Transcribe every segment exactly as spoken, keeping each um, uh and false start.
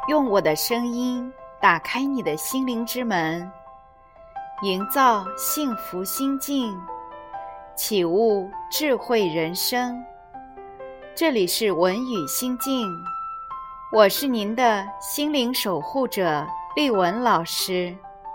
用我的声音打开你的心灵之门，营造幸福心境，启悟智慧人生。这里是文语心境，我是您的心灵守护者丽文老师。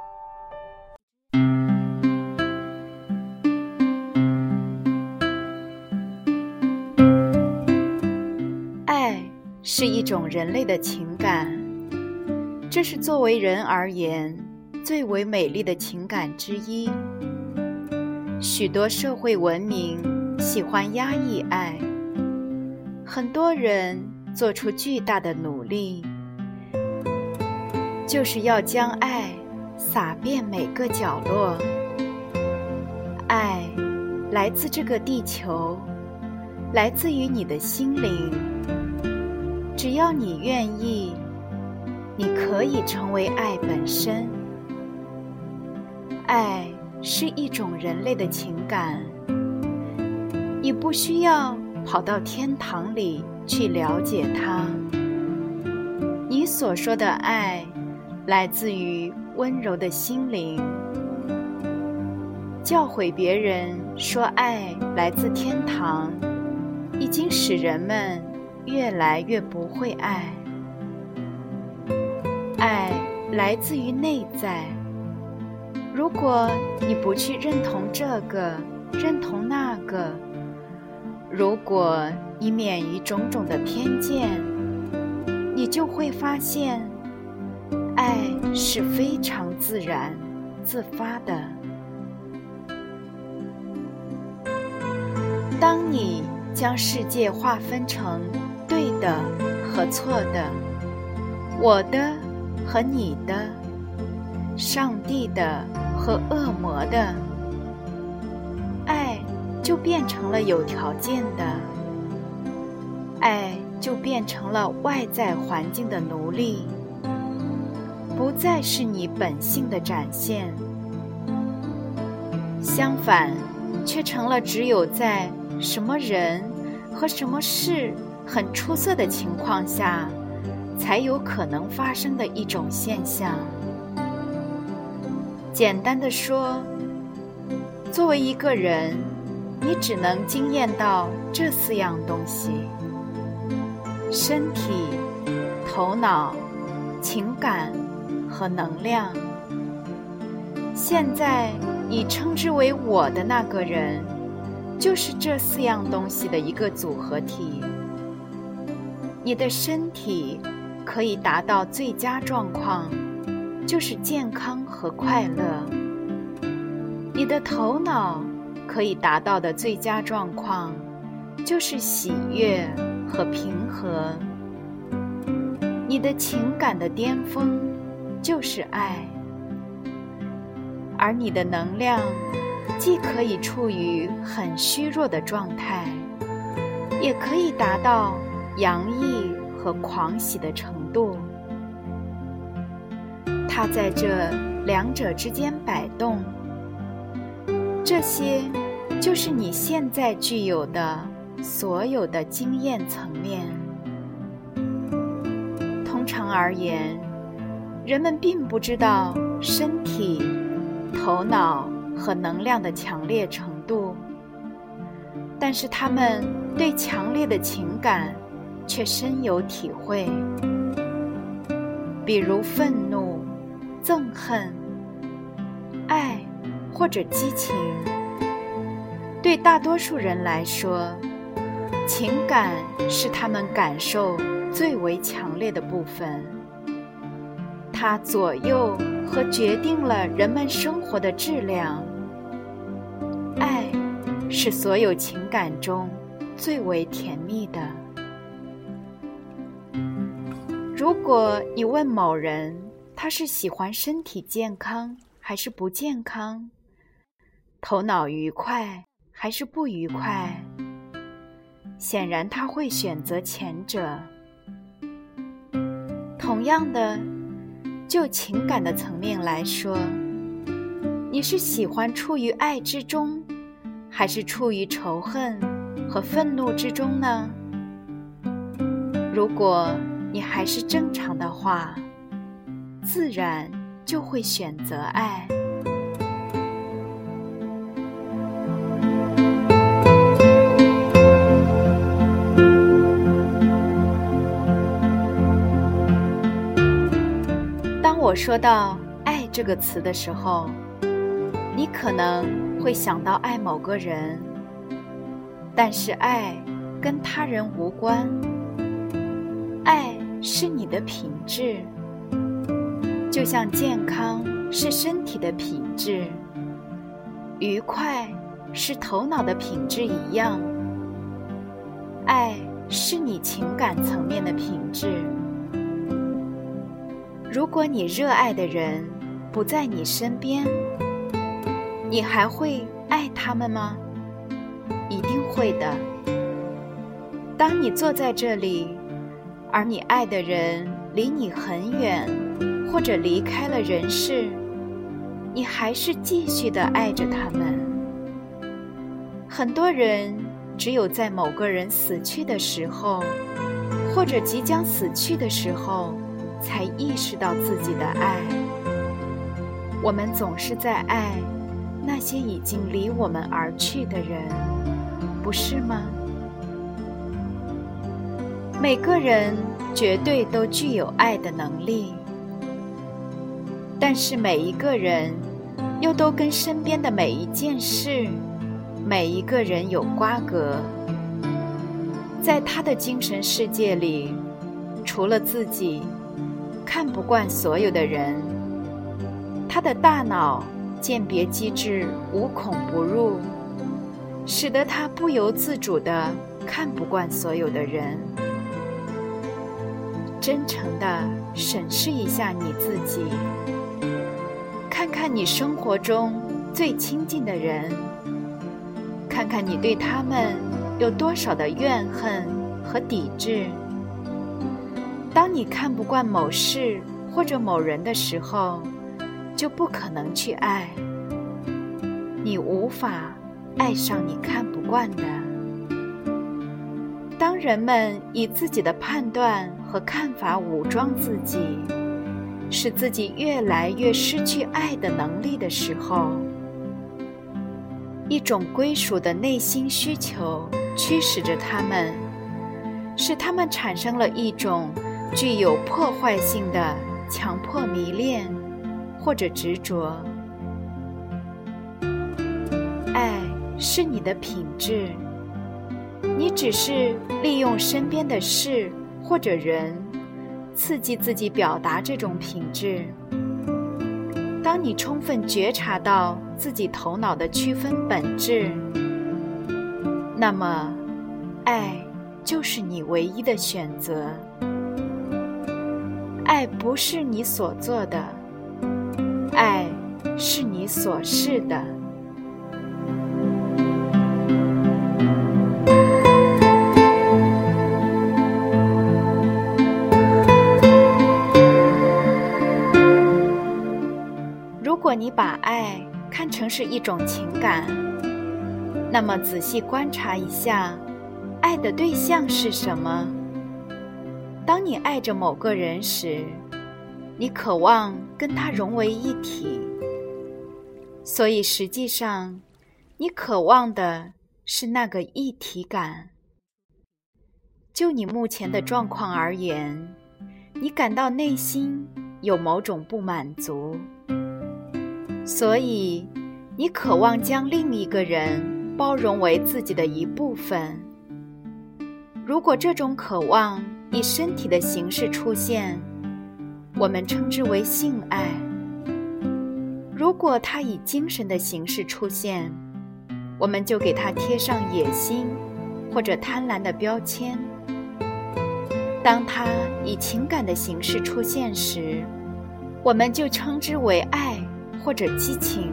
爱是一种人类的情感，这是作为人而言最为美丽的情感之一。许多社会文明喜欢压抑爱，很多人做出巨大的努力，就是要将爱洒遍每个角落。爱来自这个地球，来自于你的心灵。只要你愿意，你可以成为爱本身。爱是一种人类的情感，你不需要跑到天堂里去了解它。你所说的爱来自于温柔的心灵。教诲别人说爱来自天堂，已经使人们越来越不会爱。爱来自于内在。如果你不去认同这个，认同那个，如果你免于种种的偏见，你就会发现，爱是非常自然、自发的。当你将世界划分成对的和错的，我的和你的，上帝的和恶魔的，爱就变成了有条件的，爱就变成了外在环境的奴隶，不再是你本性的展现。相反，却成了只有在什么人和什么事很出色的情况下才有可能发生的一种现象。简单的说，作为一个人，你只能经验到这四样东西：身体、头脑、情感和能量。现在你称之为我的那个人，就是这四样东西的一个组合体。你的身体可以达到最佳状况，就是健康和快乐。你的头脑可以达到的最佳状况，就是喜悦和平和。你的情感的巅峰就是爱。而你的能量既可以处于很虚弱的状态，也可以达到洋溢和狂喜的程度。它在这两者之间摆动。这些就是你现在具有的所有的经验层面。通常而言，人们并不知道身体、头脑和能量的强烈程度，但是他们对强烈的情感却深有体会。比如愤怒、憎恨、爱或者激情。对大多数人来说，情感是他们感受最为强烈的部分。它左右和决定了人们生活的质量。爱是所有情感中最为甜蜜的。如果你问某人，他是喜欢身体健康还是不健康，头脑愉快还是不愉快，显然他会选择前者。同样的，就情感的层面来说，你是喜欢处于爱之中，还是处于仇恨和愤怒之中呢？如果你还是正常的话，自然就会选择爱。当我说到爱这个词的时候，你可能会想到爱某个人，但是爱跟他人无关，爱是你的品质，就像健康是身体的品质，愉快是头脑的品质一样，爱是你情感层面的品质。如果你热爱的人不在你身边，你还会爱他们吗？一定会的。当你坐在这里，而你爱的人离你很远，或者离开了人世，你还是继续地爱着他们。很多人只有在某个人死去的时候，或者即将死去的时候，才意识到自己的爱。我们总是在爱那些已经离我们而去的人，不是吗？每个人绝对都具有爱的能力，但是每一个人又都跟身边的每一件事、每一个人有瓜葛。在他的精神世界里，除了自己，看不惯所有的人。他的大脑鉴别机制无孔不入，使得他不由自主地看不惯所有的人。真诚地审视一下你自己，看看你生活中最亲近的人，看看你对他们有多少的怨恨和抵制。当你看不惯某事或者某人的时候，就不可能去爱。你无法爱上你看不惯的。当人们以自己的判断和看法武装自己，使自己越来越失去爱的能力的时候，一种归属的内心需求驱使着他们，使他们产生了一种具有破坏性的强迫迷恋或者执着。爱是你的品质，你只是利用身边的事或者人刺激自己表达这种品质。当你充分觉察到自己头脑的区分本质，那么爱就是你唯一的选择。爱不是你所做的，爱是你所是的。如果你把爱看成是一种情感，那么仔细观察一下，爱的对象是什么？当你爱着某个人时，你渴望跟他融为一体，所以实际上，你渴望的是那个一体感。就你目前的状况而言，你感到内心有某种不满足，所以你渴望将另一个人包容为自己的一部分。如果这种渴望以身体的形式出现，我们称之为性爱；如果它以精神的形式出现，我们就给它贴上野心或者贪婪的标签。当它以情感的形式出现时，我们就称之为爱或者激情。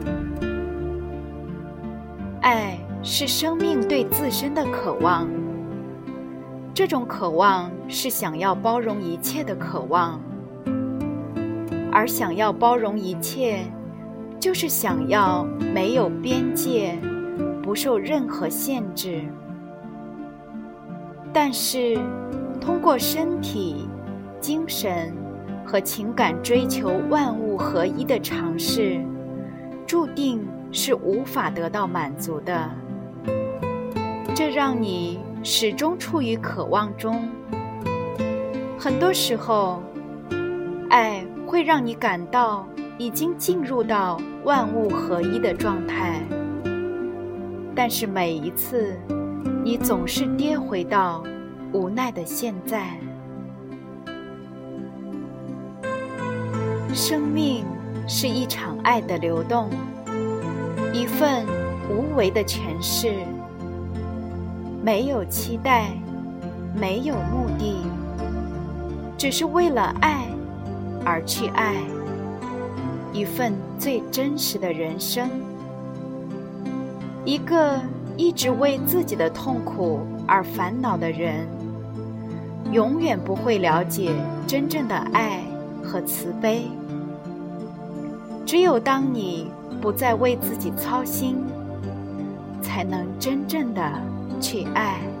爱是生命对自身的渴望，这种渴望是想要包容一切的渴望，而想要包容一切，就是想要没有边界，不受任何限制。但是，通过身体、 精神和情感追求万物合一的尝试，注定是无法得到满足的。这让你始终处于渴望中。很多时候，爱会让你感到已经进入到万物合一的状态，但是每一次，你总是跌回到无奈的现在。生命是一场爱的流动，一份无为的诠释，没有期待，没有目的，只是为了爱而去爱，一份最真实的人生。一个一直为自己的痛苦而烦恼的人，永远不会了解真正的爱和慈悲。只有当你不再为自己操心，才能真正的去爱。